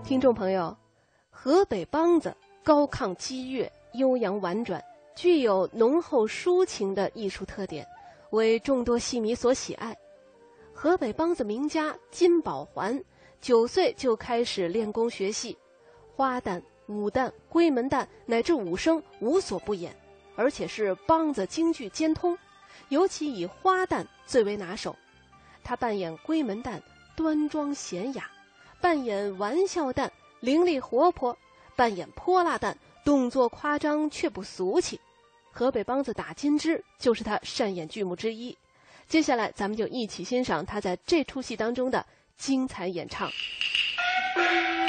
听众朋友，河北梆子高亢激越，悠扬婉转，具有浓厚抒情的艺术特点，为众多戏迷所喜爱。河北梆子名家金宝环9岁就开始练功学戏，花旦、武旦、闺门旦乃至武生无所不演，而且是梆子京剧兼通，尤其以花旦最为拿手。他扮演闺门旦端庄娴雅，扮演玩笑旦伶俐活泼，扮演泼辣旦动作夸张却不俗气。河北梆子打金枝就是他擅演剧目之一。接下来咱们就一起欣赏他在这出戏当中的精彩演唱。